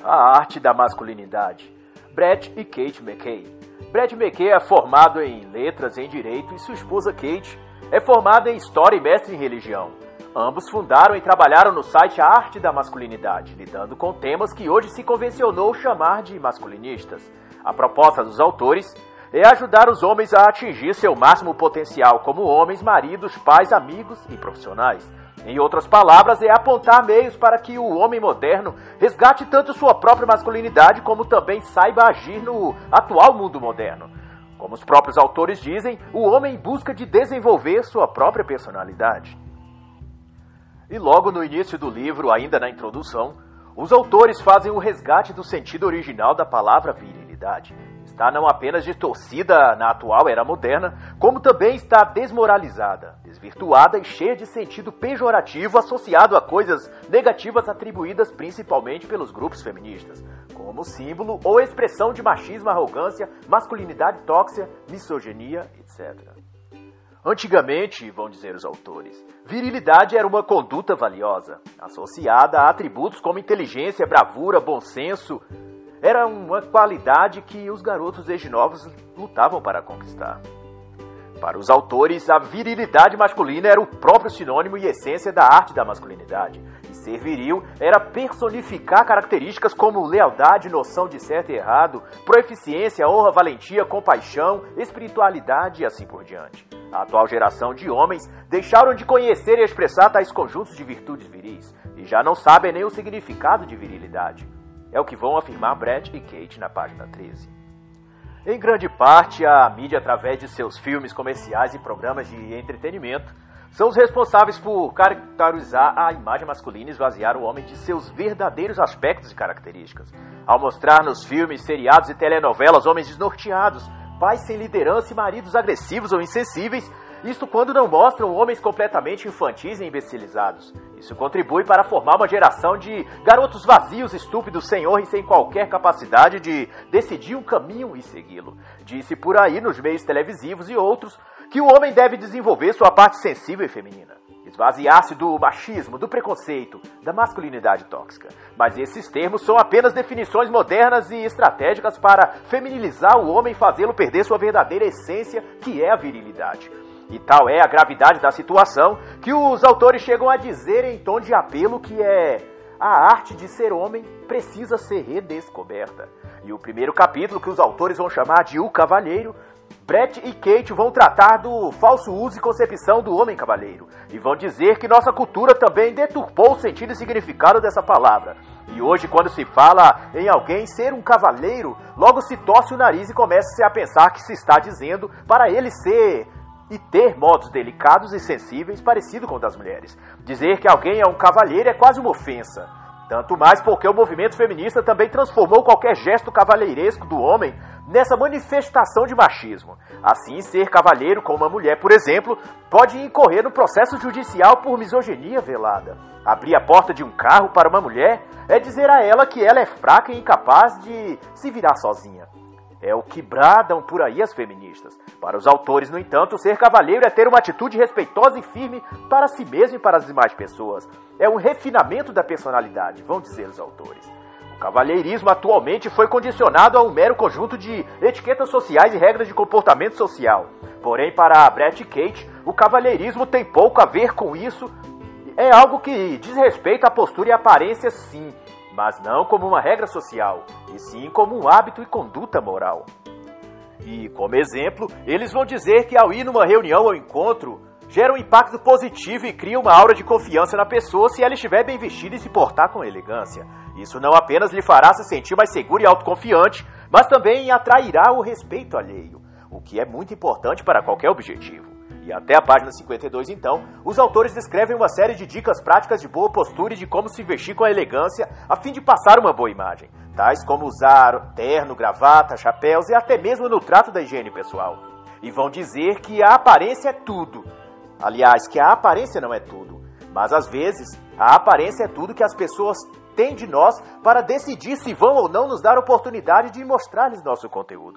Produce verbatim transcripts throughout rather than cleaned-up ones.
A Arte da Masculinidade, Brett e Kate McKay. Brett McKay é formado em letras e em direito e sua esposa Kate é formada em história e mestre em religião. Ambos fundaram e trabalharam no site A Arte da Masculinidade, lidando com temas que hoje se convencionou chamar de masculinistas. A proposta dos autores é ajudar os homens a atingir seu máximo potencial como homens, maridos, pais, amigos e profissionais. Em outras palavras, é apontar meios para que o homem moderno resgate tanto sua própria masculinidade como também saiba agir no atual mundo moderno. Como os próprios autores dizem, o homem busca de desenvolver sua própria personalidade. E logo no início do livro, ainda na introdução, os autores fazem o resgate do sentido original da palavra virilidade. Está não apenas distorcida na atual era moderna, como também está desmoralizada, desvirtuada e cheia de sentido pejorativo associado a coisas negativas atribuídas principalmente pelos grupos feministas, como símbolo ou expressão de machismo, arrogância, masculinidade tóxica, misoginia, etcétera. Antigamente, vão dizer os autores, virilidade era uma conduta valiosa, associada a atributos como inteligência, bravura, bom senso. Era uma qualidade que os garotos desde novos lutavam para conquistar. Para os autores, a virilidade masculina era o próprio sinônimo e essência da arte da masculinidade. E ser viril era personificar características como lealdade, noção de certo e errado, proeficiência, honra, valentia, compaixão, espiritualidade e assim por diante. A atual geração de homens deixaram de conhecer e expressar tais conjuntos de virtudes viris e já não sabem nem o significado de virilidade. É o que vão afirmar Brett e Kate na página treze. Em grande parte, a mídia, através de seus filmes comerciais e programas de entretenimento, são os responsáveis por caracterizar a imagem masculina e esvaziar o homem de seus verdadeiros aspectos e características. Ao mostrar nos filmes, seriados e telenovelas homens desnorteados, pais sem liderança e maridos agressivos ou insensíveis, isto quando não mostram homens completamente infantis e imbecilizados. Isso contribui para formar uma geração de garotos vazios, estúpidos, sem honra e sem qualquer capacidade de decidir um caminho e segui-lo. Disse por aí nos meios televisivos e outros que o homem deve desenvolver sua parte sensível e feminina. Esvaziar-se do machismo, do preconceito, da masculinidade tóxica. Mas esses termos são apenas definições modernas e estratégicas para feminilizar o homem e fazê-lo perder sua verdadeira essência, que é a virilidade. E tal é a gravidade da situação que os autores chegam a dizer em tom de apelo que é a arte de ser homem precisa ser redescoberta. E o primeiro capítulo, que os autores vão chamar de O Cavalheiro, Brett e Kate vão tratar do falso uso e concepção do homem cavalheiro. E vão dizer que nossa cultura também deturpou o sentido e significado dessa palavra. E hoje, quando se fala em alguém ser um cavaleiro, logo se torce o nariz e começa-se a pensar que se está dizendo para ele ser e ter modos delicados e sensíveis parecido com o das mulheres. Dizer que alguém é um cavalheiro é quase uma ofensa. Tanto mais porque o movimento feminista também transformou qualquer gesto cavalheiresco do homem nessa manifestação de machismo. Assim, ser cavalheiro com uma mulher, por exemplo, pode incorrer no processo judicial por misoginia velada. Abrir a porta de um carro para uma mulher é dizer a ela que ela é fraca e incapaz de se virar sozinha. É o que bradam por aí as feministas. Para os autores, no entanto, ser cavalheiro é ter uma atitude respeitosa e firme para si mesmo e para as demais pessoas. É um refinamento da personalidade, vão dizer os autores. O cavalheirismo atualmente foi condicionado a um mero conjunto de etiquetas sociais e regras de comportamento social. Porém, para Brett e Kate, o cavalheirismo tem pouco a ver com isso. É algo que diz respeito à postura e aparência, sim, mas não como uma regra social, e sim como um hábito e conduta moral. E, como exemplo, eles vão dizer que ao ir numa reunião ou encontro, gera um impacto positivo e cria uma aura de confiança na pessoa se ela estiver bem vestida e se portar com elegância. Isso não apenas lhe fará se sentir mais seguro e autoconfiante, mas também atrairá o respeito alheio, o que é muito importante para qualquer objetivo. E até a página cinquenta e dois, então, os autores descrevem uma série de dicas práticas de boa postura e de como se vestir com elegância a fim de passar uma boa imagem, tais como usar terno, gravata, chapéus e até mesmo no trato da higiene pessoal. E vão dizer que a aparência é tudo. Aliás, que a aparência não é tudo, mas às vezes a aparência é tudo que as pessoas têm de nós para decidir se vão ou não nos dar oportunidade de mostrar-lhes nosso conteúdo.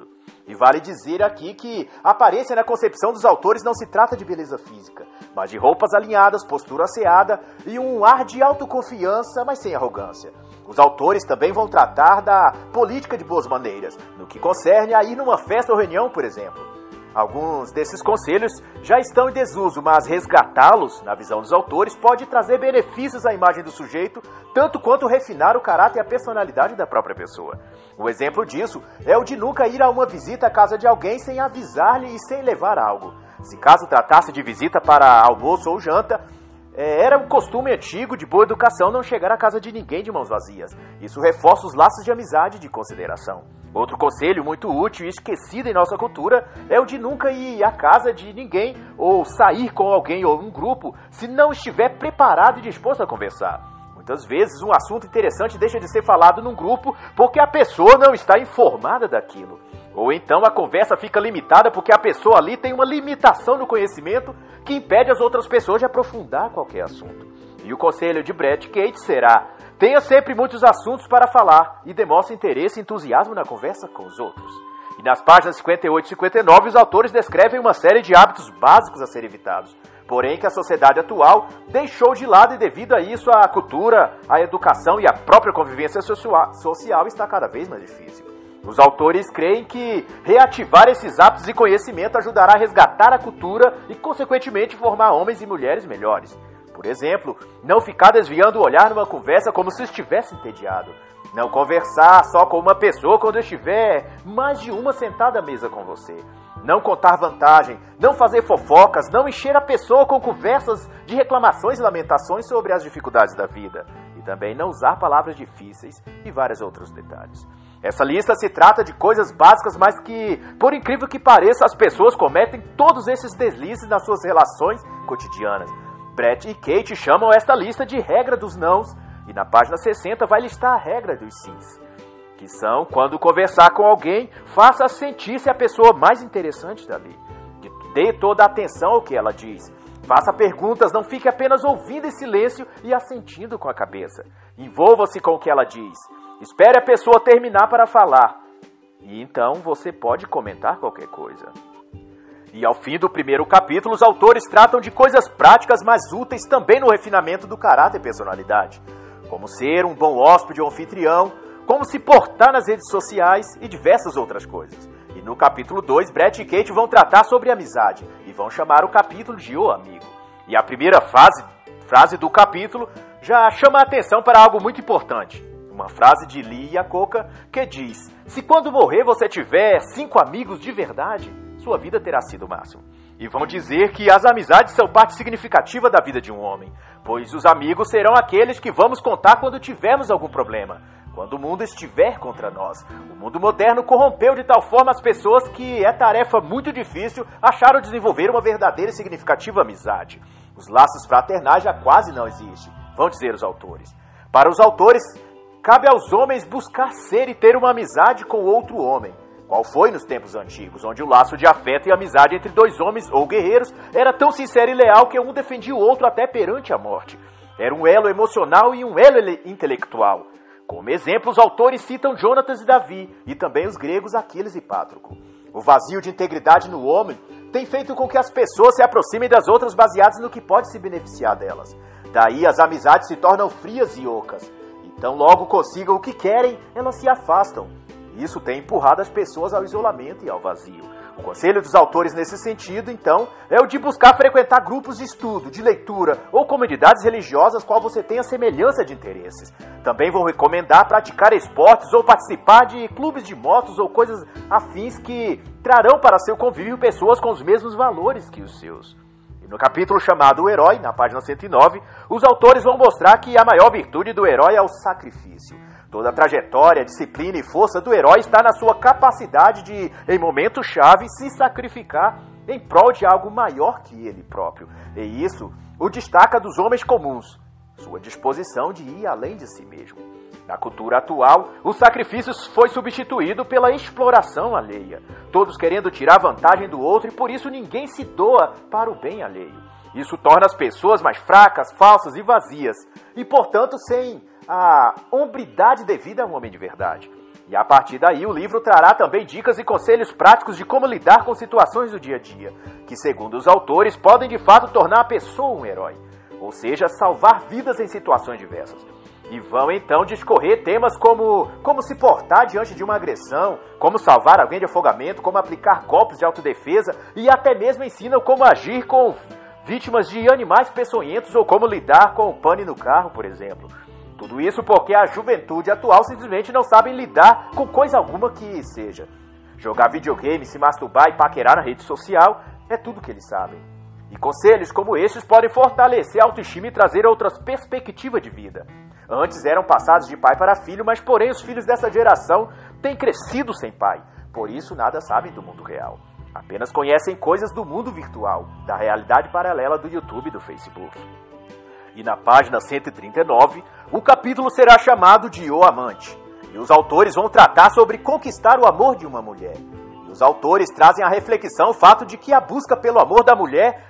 E vale dizer aqui que a aparência na concepção dos autores não se trata de beleza física, mas de roupas alinhadas, postura asseada e um ar de autoconfiança, mas sem arrogância. Os autores também vão tratar da política de boas maneiras, no que concerne a ir numa festa ou reunião, por exemplo. Alguns desses conselhos já estão em desuso, mas resgatá-los, na visão dos autores, pode trazer benefícios à imagem do sujeito, tanto quanto refinar o caráter e a personalidade da própria pessoa. Um exemplo disso é o de nunca ir a uma visita à casa de alguém sem avisar-lhe e sem levar algo. Se caso tratasse de visita para almoço ou janta, era um costume antigo de boa educação não chegar à casa de ninguém de mãos vazias. Isso reforça os laços de amizade e de consideração. Outro conselho muito útil e esquecido em nossa cultura é o de nunca ir à casa de ninguém ou sair com alguém ou um grupo se não estiver preparado e disposto a conversar. Muitas vezes um assunto interessante deixa de ser falado num grupo porque a pessoa não está informada daquilo. Ou então a conversa fica limitada porque a pessoa ali tem uma limitação no conhecimento que impede as outras pessoas de aprofundar qualquer assunto. E o conselho de Brett Kate será: tenha sempre muitos assuntos para falar e demonstre interesse e entusiasmo na conversa com os outros. E nas páginas cinquenta e oito e cinquenta e nove, os autores descrevem uma série de hábitos básicos a serem evitados, porém que a sociedade atual deixou de lado e devido a isso a cultura, a educação e a própria convivência social está cada vez mais difícil. Os autores creem que reativar esses hábitos e conhecimento ajudará a resgatar a cultura e, consequentemente, formar homens e mulheres melhores. Por exemplo, não ficar desviando o olhar numa conversa como se estivesse entediado. Não conversar só com uma pessoa quando estiver mais de uma sentada à mesa com você. Não contar vantagem, não fazer fofocas, não encher a pessoa com conversas de reclamações e lamentações sobre as dificuldades da vida. E também não usar palavras difíceis e vários outros detalhes. Essa lista se trata de coisas básicas, mas que, por incrível que pareça, as pessoas cometem todos esses deslizes nas suas relações cotidianas. Brett e Kate chamam esta lista de regra dos nãos, e na página sessenta vai listar a regra dos sims, que são, quando conversar com alguém, faça sentir-se a pessoa mais interessante dali. Dê toda a atenção ao que ela diz. Faça perguntas, não fique apenas ouvindo em silêncio e assentindo com a cabeça. Envolva-se com o que ela diz. Espere a pessoa terminar para falar. E então você pode comentar qualquer coisa. E ao fim do primeiro capítulo, os autores tratam de coisas práticas, mas úteis também no refinamento do caráter e personalidade. Como ser um bom hóspede ou anfitrião, como se portar nas redes sociais e diversas outras coisas. E no capítulo dois, Brett e Kate vão tratar sobre amizade e vão chamar o capítulo de O Amigo. E a primeira fase, frase do capítulo já chama a atenção para algo muito importante. Uma frase de Lee Iacocca que diz: se quando morrer você tiver cinco amigos de verdade, sua vida terá sido o máximo. E vão dizer que as amizades são parte significativa da vida de um homem, pois os amigos serão aqueles que vamos contar quando tivermos algum problema, quando o mundo estiver contra nós. O mundo moderno corrompeu de tal forma as pessoas que é tarefa muito difícil acharam desenvolver uma verdadeira e significativa amizade. Os laços fraternais já quase não existem, vão dizer os autores. Para os autores, cabe aos homens buscar ser e ter uma amizade com outro homem. Qual foi nos tempos antigos, onde o laço de afeto e amizade entre dois homens ou guerreiros era tão sincero e leal que um defendia o outro até perante a morte. Era um elo emocional e um elo intelectual. Como exemplo, os autores citam Jonatas e Davi, e também os gregos Aquiles e Pátroclo. O vazio de integridade no homem tem feito com que as pessoas se aproximem das outras baseadas no que pode se beneficiar delas. Daí as amizades se tornam frias e ocas. Então logo consigam o que querem, elas se afastam. Isso tem empurrado as pessoas ao isolamento e ao vazio. O conselho dos autores nesse sentido, então, é o de buscar frequentar grupos de estudo, de leitura ou comunidades religiosas qual você tenha semelhança de interesses. Também vão recomendar praticar esportes ou participar de clubes de motos ou coisas afins que trarão para seu convívio pessoas com os mesmos valores que os seus. E no capítulo chamado O Herói, na página cento e nove, os autores vão mostrar que a maior virtude do herói é o sacrifício. Toda a trajetória, disciplina e força do herói está na sua capacidade de, em momentos-chave, se sacrificar em prol de algo maior que ele próprio. E isso o destaca dos homens comuns, sua disposição de ir além de si mesmo. Na cultura atual, o sacrifício foi substituído pela exploração alheia, todos querendo tirar vantagem do outro e por isso ninguém se doa para o bem alheio. Isso torna as pessoas mais fracas, falsas e vazias, e portanto sem a hombridade devida a um homem de verdade. E a partir daí o livro trará também dicas e conselhos práticos de como lidar com situações do dia a dia, que segundo os autores podem de fato tornar a pessoa um herói, ou seja, salvar vidas em situações diversas. E vão então discorrer temas como como se portar diante de uma agressão, como salvar alguém de afogamento, como aplicar golpes de autodefesa e até mesmo ensinam como agir com vítimas de animais peçonhentos ou como lidar com o pane no carro, por exemplo. Tudo isso porque a juventude atual simplesmente não sabe lidar com coisa alguma que seja. Jogar videogame, se masturbar e paquerar na rede social é tudo que eles sabem. E conselhos como estes podem fortalecer a autoestima e trazer outras perspectivas de vida. Antes eram passados de pai para filho, mas porém os filhos dessa geração têm crescido sem pai. Por isso nada sabem do mundo real. Apenas conhecem coisas do mundo virtual, da realidade paralela do YouTube e do Facebook. E na página cento e trinta e nove, o capítulo será chamado de O Amante. E os autores vão tratar sobre conquistar o amor de uma mulher. E os autores trazem à reflexão o fato de que a busca pelo amor da mulher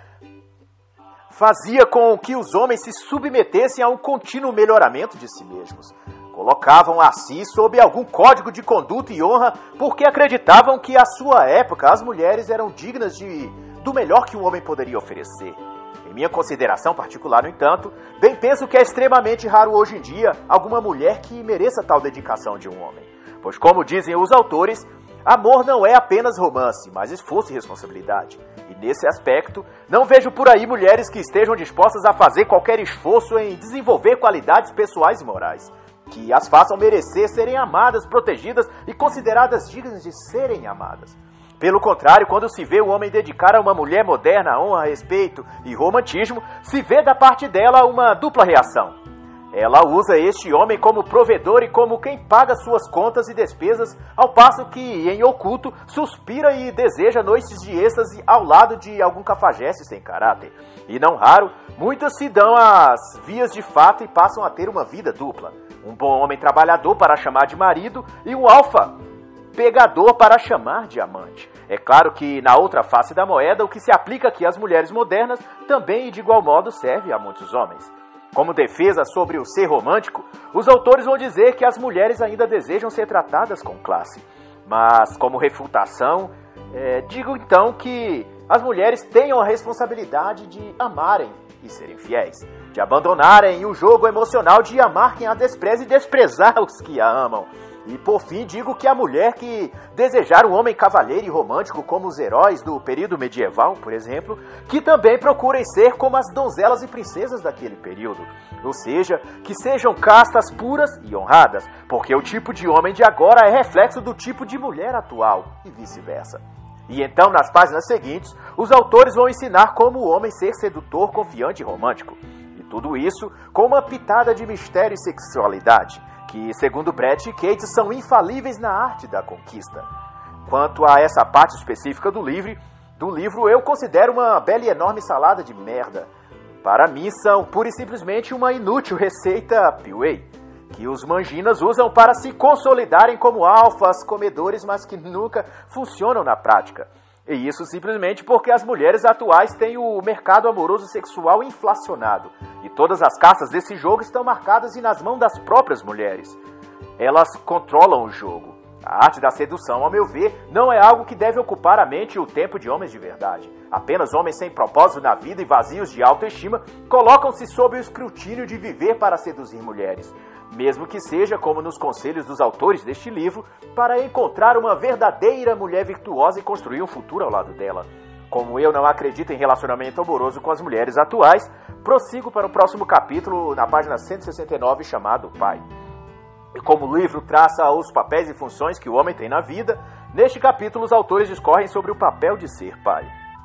fazia com que os homens se submetessem a um contínuo melhoramento de si mesmos. Colocavam a si sob algum código de conduta e honra porque acreditavam que à sua época as mulheres eram dignas de, do melhor que um homem poderia oferecer. Em minha consideração particular, no entanto, bem penso que é extremamente raro hoje em dia alguma mulher que mereça tal dedicação de um homem. Pois como dizem os autores, amor não é apenas romance, mas esforço e responsabilidade. E nesse aspecto, não vejo por aí mulheres que estejam dispostas a fazer qualquer esforço em desenvolver qualidades pessoais e morais, que as façam merecer serem amadas, protegidas e consideradas dignas de serem amadas. Pelo contrário, quando se vê o homem dedicar a uma mulher moderna honra, respeito e romantismo, se vê da parte dela uma dupla reação. Ela usa este homem como provedor e como quem paga suas contas e despesas, ao passo que, em oculto, suspira e deseja noites de êxtase ao lado de algum cafajeste sem caráter. E não raro, muitas se dão as vias de fato e passam a ter uma vida dupla. Um bom homem trabalhador para chamar de marido e um alfa pegador para chamar de amante. É claro que, na outra face da moeda, o que se aplica aqui às mulheres modernas também, de igual modo, serve a muitos homens. Como defesa sobre o ser romântico, os autores vão dizer que as mulheres ainda desejam ser tratadas com classe. Mas, como refutação, é, digo então que as mulheres tenham a responsabilidade de amarem e serem fiéis, de abandonarem o jogo emocional de amar quem a despreza e desprezar os que a amam. E por fim digo que a mulher que desejar um homem cavalheiro e romântico como os heróis do período medieval, por exemplo, que também procurem ser como as donzelas e princesas daquele período. Ou seja, que sejam castas, puras e honradas, porque o tipo de homem de agora é reflexo do tipo de mulher atual e vice-versa. E então, nas páginas seguintes, os autores vão ensinar como o homem ser sedutor, confiante e romântico. E tudo isso com uma pitada de mistério e sexualidade, que, segundo Brett e Kate, são infalíveis na arte da conquista. Quanto a essa parte específica do livro, do livro, eu considero uma bela e enorme salada de merda. Para mim, são pura e simplesmente uma inútil receita P-Way, que os manginas usam para se consolidarem como alfas comedores, mas que nunca funcionam na prática. E isso simplesmente porque as mulheres atuais têm o mercado amoroso sexual inflacionado. E todas as cartas desse jogo estão marcadas e nas mãos das próprias mulheres. Elas controlam o jogo. A arte da sedução, ao meu ver, não é algo que deve ocupar a mente e o tempo de homens de verdade. Apenas homens sem propósito na vida e vazios de autoestima colocam-se sob o escrutínio de viver para seduzir mulheres. Mesmo que seja, como nos conselhos dos autores deste livro, para encontrar uma verdadeira mulher virtuosa e construir um futuro ao lado dela. Como eu não acredito em relacionamento amoroso com as mulheres atuais, prossigo para o próximo capítulo, na página cento e sessenta e nove, chamado Pai. E como o livro traça os papéis e funções que o homem tem na vida, neste capítulo os autores discorrem sobre o papel de ser pai.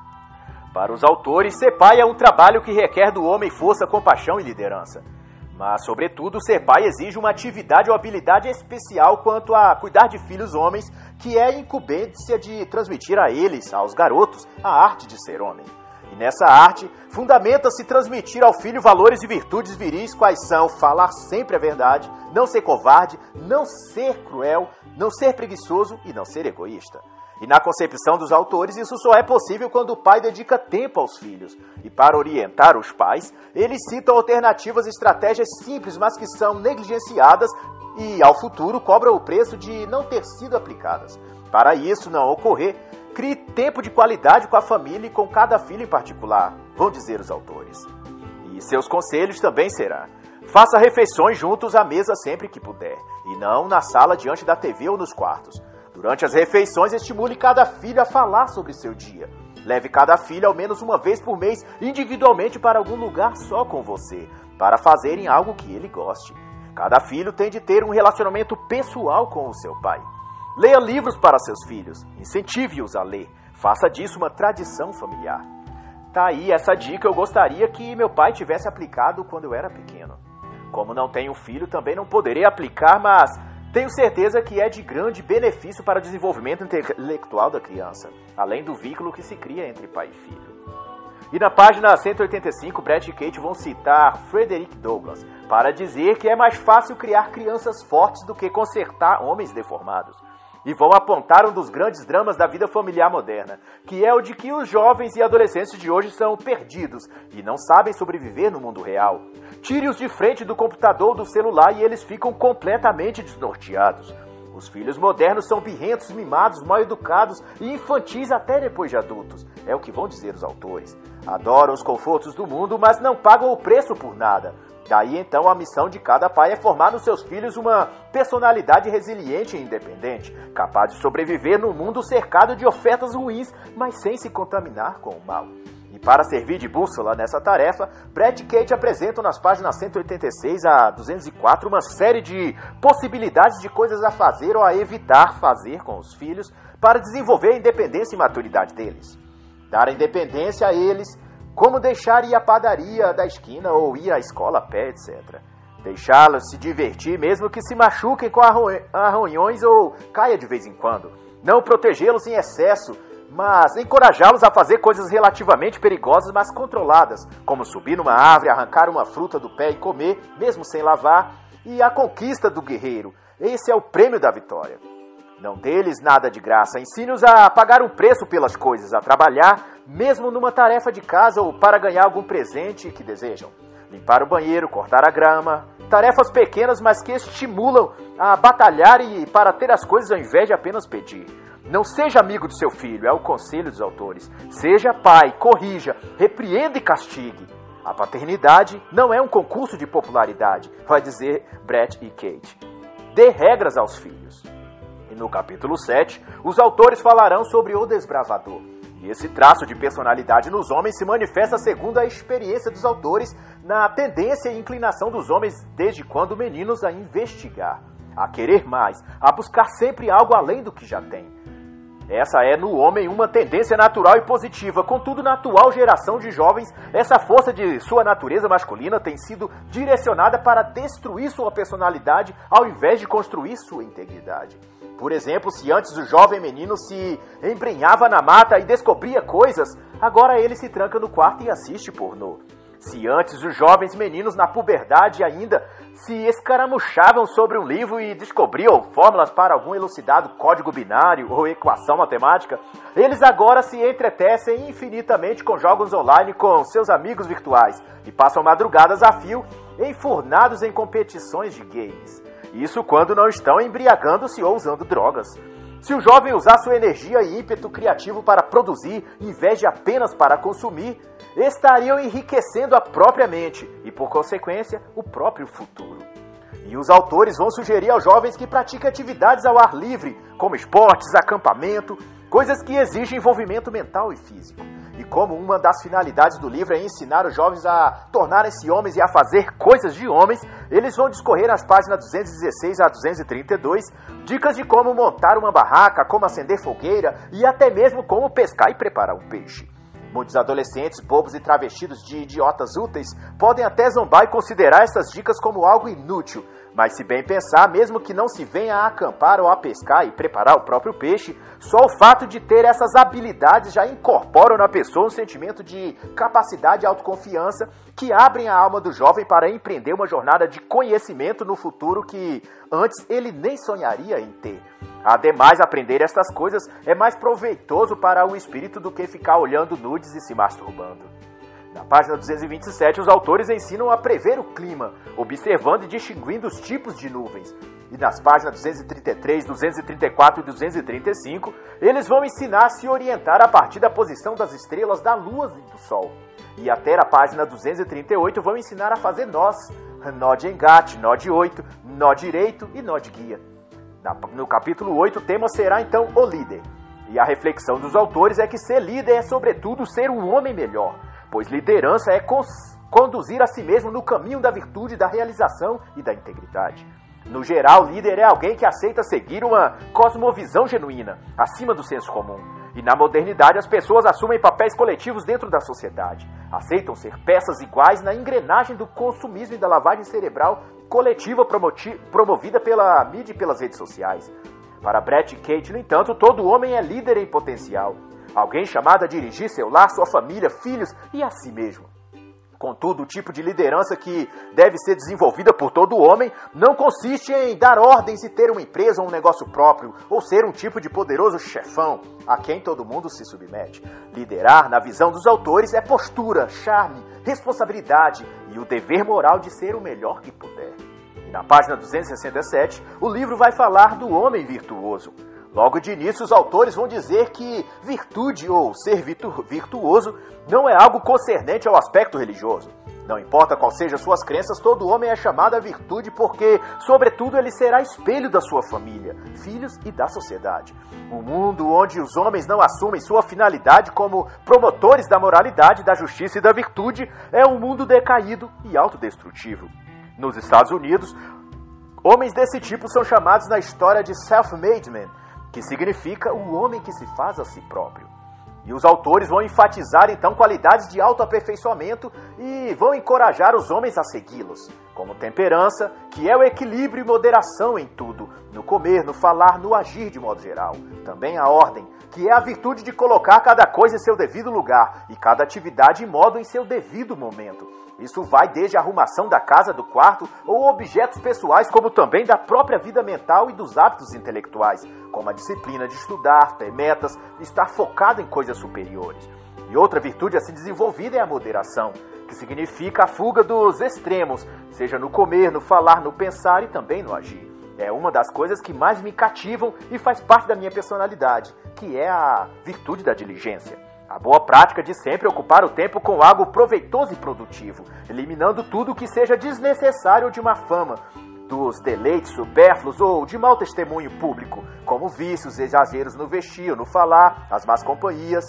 Para os autores, ser pai é um trabalho que requer do homem força, compaixão e liderança. Mas, sobretudo, ser pai exige uma atividade ou habilidade especial quanto a cuidar de filhos homens, que é a incumbência de transmitir a eles, aos garotos, a arte de ser homem. E nessa arte, fundamenta-se transmitir ao filho valores e virtudes viris, quais são falar sempre a verdade, não ser covarde, não ser cruel, não ser preguiçoso e não ser egoísta. E na concepção dos autores, isso só é possível quando o pai dedica tempo aos filhos. E para orientar os pais, eles citam alternativas e estratégias simples, mas que são negligenciadas e, ao futuro, cobra o preço de não ter sido aplicadas. Para isso não ocorrer, crie tempo de qualidade com a família e com cada filho em particular, vão dizer os autores. E seus conselhos também será: faça refeições juntos à mesa sempre que puder, e não na sala diante da T V ou nos quartos. Durante as refeições, estimule cada filho a falar sobre seu dia. Leve cada filho ao menos uma vez por mês individualmente para algum lugar só com você, para fazerem algo que ele goste. Cada filho tem de ter um relacionamento pessoal com o seu pai. Leia livros para seus filhos, incentive-os a ler, faça disso uma tradição familiar. Tá aí essa dica eu gostaria que meu pai tivesse aplicado quando eu era pequeno. Como não tenho filho, também não poderei aplicar, mas tenho certeza que é de grande benefício para o desenvolvimento intelectual da criança, além do vínculo que se cria entre pai e filho. E na página cento e oitenta e cinco, Brett e Kate vão citar Frederick Douglass para dizer que é mais fácil criar crianças fortes do que consertar homens deformados. E vão apontar um dos grandes dramas da vida familiar moderna, que é o de que os jovens e adolescentes de hoje são perdidos e não sabem sobreviver no mundo real. Tire-os de frente do computador ou do celular e eles ficam completamente desnorteados. Os filhos modernos são birrentos, mimados, mal educados e infantis até depois de adultos, é o que vão dizer os autores. Adoram os confortos do mundo, mas não pagam o preço por nada. Daí então a missão de cada pai é formar nos seus filhos uma personalidade resiliente e independente, capaz de sobreviver num mundo cercado de ofertas ruins, mas sem se contaminar com o mal. E para servir de bússola nessa tarefa, Brett e Kate apresentam nas páginas cento e oitenta e seis a duzentos e quatro uma série de possibilidades de coisas a fazer ou a evitar fazer com os filhos para desenvolver a independência e maturidade deles. Dar a independência a eles, como deixar ir à padaria da esquina ou ir à escola a pé, etcétera. Deixá-los se divertir mesmo que se machuquem com arranhões ou caia de vez em quando. Não protegê-los em excesso, mas encorajá-los a fazer coisas relativamente perigosas, mas controladas, como subir numa árvore, arrancar uma fruta do pé e comer, mesmo sem lavar, e a conquista do guerreiro. Esse é o prêmio da vitória. Não dê-lhes nada de graça, ensine-os a pagar um preço pelas coisas, a trabalhar, mesmo numa tarefa de casa ou para ganhar algum presente que desejam. Limpar o banheiro, cortar a grama, tarefas pequenas, mas que estimulam a batalhar e para ter as coisas ao invés de apenas pedir. Não seja amigo do seu filho, é o conselho dos autores. Seja pai, corrija, repreenda e castigue. A paternidade não é um concurso de popularidade, vai dizer Brett e Kate. Dê regras aos filhos. E no capítulo sete, os autores falarão sobre o desbravador. E esse traço de personalidade nos homens se manifesta segundo a experiência dos autores na tendência e inclinação dos homens desde quando meninos a investigar, a querer mais, a buscar sempre algo além do que já tem. Essa é no homem uma tendência natural e positiva, contudo na atual geração de jovens, essa força de sua natureza masculina tem sido direcionada para destruir sua personalidade ao invés de construir sua integridade. Por exemplo, se antes o jovem menino se embrenhava na mata e descobria coisas, agora ele se tranca no quarto e assiste pornô. Se antes os jovens meninos na puberdade ainda se escaramuchavam sobre um livro e descobriam fórmulas para algum elucidado código binário ou equação matemática, eles agora se entretecem infinitamente com jogos online com seus amigos virtuais e passam madrugadas a fio enfurnados em competições de games. Isso quando não estão embriagando-se ou usando drogas. Se o jovem usar sua energia e ímpeto criativo para produzir, em vez de apenas para consumir, estariam enriquecendo a própria mente e, por consequência, o próprio futuro. E os autores vão sugerir aos jovens que pratiquem atividades ao ar livre, como esportes, acampamento, coisas que exigem envolvimento mental e físico. E como uma das finalidades do livro é ensinar os jovens a tornarem-se homens e a fazer coisas de homens, eles vão discorrer nas páginas duzentos e dezesseis a duzentos e trinta e dois dicas de como montar uma barraca, como acender fogueira e até mesmo como pescar e preparar um peixe. Muitos adolescentes, bobos e travestidos de idiotas úteis, podem até zombar e considerar essas dicas como algo inútil, mas se bem pensar, mesmo que não se venha a acampar ou a pescar e preparar o próprio peixe, só o fato de ter essas habilidades já incorporam na pessoa um sentimento de capacidade e autoconfiança que abrem a alma do jovem para empreender uma jornada de conhecimento no futuro que antes ele nem sonharia em ter. Ademais, aprender estas coisas é mais proveitoso para o espírito do que ficar olhando nudes e se masturbando. Na página duzentos e vinte e sete, os autores ensinam a prever o clima, observando e distinguindo os tipos de nuvens. E nas páginas duzentos e trinta e três, duzentos e trinta e quatro e duzentos e trinta e cinco, eles vão ensinar a se orientar a partir da posição das estrelas, da lua e do sol. E até a página duzentos e trinta e oito vão ensinar a fazer nós, nó de engate, nó de oito, nó direito e nó de guia. No capítulo oito, o tema será então o líder. E a reflexão dos autores é que ser líder é sobretudo ser um homem melhor, pois liderança é conduzir a si mesmo no caminho da virtude, da realização e da integridade. No geral, líder é alguém que aceita seguir uma cosmovisão genuína, acima do senso comum. E na modernidade, as pessoas assumem papéis coletivos dentro da sociedade. Aceitam ser peças iguais na engrenagem do consumismo e da lavagem cerebral coletiva promovida pela mídia e pelas redes sociais. Para Brett e Kate, no entanto, todo homem é líder em potencial. Alguém chamado a dirigir seu lar, sua família, filhos e a si mesmo. Contudo, o tipo de liderança que deve ser desenvolvida por todo homem não consiste em dar ordens e ter uma empresa ou um negócio próprio, ou ser um tipo de poderoso chefão a quem todo mundo se submete. Liderar, na visão dos autores, é postura, charme, responsabilidade e o dever moral de ser o melhor que puder. E na página duzentos e sessenta e sete, o livro vai falar do homem virtuoso. Logo de início, os autores vão dizer que virtude ou ser virtu- virtuoso não é algo concernente ao aspecto religioso. Não importa qual sejam suas crenças, todo homem é chamado à virtude porque, sobretudo, ele será espelho da sua família, filhos e da sociedade. Um mundo onde os homens não assumem sua finalidade como promotores da moralidade, da justiça e da virtude é um mundo decaído e autodestrutivo. Nos Estados Unidos, homens desse tipo são chamados na história de self-made men, que significa o homem que se faz a si próprio. E os autores vão enfatizar então qualidades de autoaperfeiçoamento e vão encorajar os homens a segui-los, como temperança, que é o equilíbrio e moderação em tudo, no comer, no falar, no agir de modo geral. Também a ordem, que é a virtude de colocar cada coisa em seu devido lugar e cada atividade e modo em seu devido momento. Isso vai desde a arrumação da casa, do quarto ou objetos pessoais, como também da própria vida mental e dos hábitos intelectuais, como a disciplina de estudar, ter metas, estar focado em coisas superiores. E outra virtude a ser desenvolvida é a moderação, que significa a fuga dos extremos, seja no comer, no falar, no pensar e também no agir. É uma das coisas que mais me cativam e faz parte da minha personalidade, que é a virtude da diligência. A boa prática de sempre ocupar o tempo com algo proveitoso e produtivo, eliminando tudo que seja desnecessário de má fama, dos deleites supérfluos ou de mau testemunho público, como vícios, exageros no vestir, no falar, as más companhias.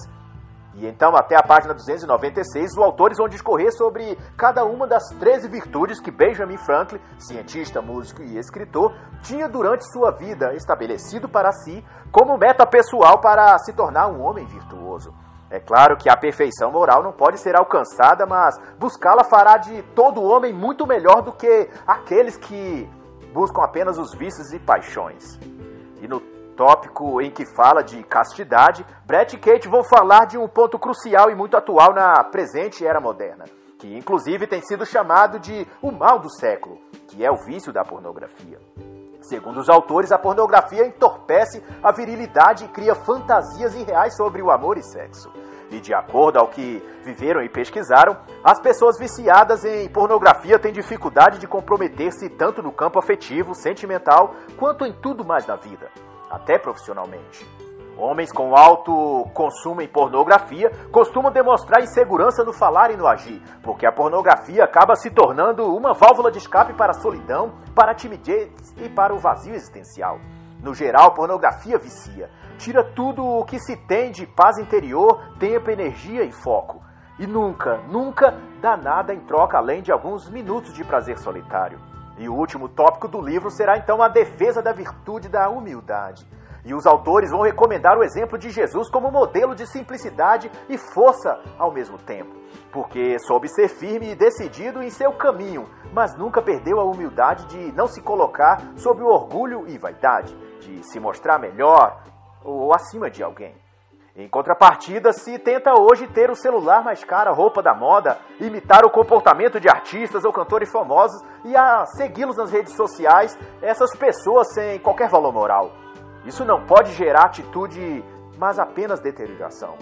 E então, até a página duzentos e noventa e seis, os autores vão discorrer sobre cada uma das treze virtudes que Benjamin Franklin, cientista, músico e escritor, tinha durante sua vida estabelecido para si como meta pessoal para se tornar um homem virtuoso. É claro que a perfeição moral não pode ser alcançada, mas buscá-la fará de todo homem muito melhor do que aqueles que buscam apenas os vícios e paixões. E no tópico em que fala de castidade, Brett e Kate vão falar de um ponto crucial e muito atual na presente era moderna, que inclusive tem sido chamado de o mal do século, que é o vício da pornografia. Segundo os autores, a pornografia entorpece a virilidade e cria fantasias irreais sobre o amor e sexo. E de acordo ao que viveram e pesquisaram, as pessoas viciadas em pornografia têm dificuldade de comprometer-se tanto no campo afetivo, sentimental, quanto em tudo mais na vida, até profissionalmente. Homens com alto consumo em pornografia costumam demonstrar insegurança no falar e no agir, porque a pornografia acaba se tornando uma válvula de escape para a solidão, para a timidez e para o vazio existencial. No geral, a pornografia vicia, tira tudo o que se tem de paz interior, tempo, energia e foco. E nunca, nunca dá nada em troca além de alguns minutos de prazer solitário. E o último tópico do livro será então a defesa da virtude da humildade. E os autores vão recomendar o exemplo de Jesus como modelo de simplicidade e força ao mesmo tempo, porque soube ser firme e decidido em seu caminho, mas nunca perdeu a humildade de não se colocar sob o orgulho e vaidade, de se mostrar melhor ou acima de alguém. Em contrapartida, se tenta hoje ter o celular mais caro, a roupa da moda, imitar o comportamento de artistas ou cantores famosos e a segui-los nas redes sociais, essas pessoas sem qualquer valor moral. Isso não pode gerar atitude, mas apenas deterioração.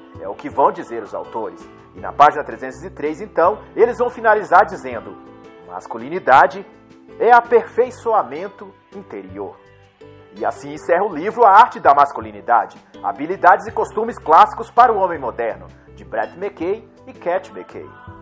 É o que vão dizer os autores. E na página trezentos e três, então, eles vão finalizar dizendo: masculinidade é aperfeiçoamento interior. E assim encerra o livro A Arte da Masculinidade, Habilidades e Costumes Clássicos para o Homem Moderno, de Brett McKay e Cat McKay.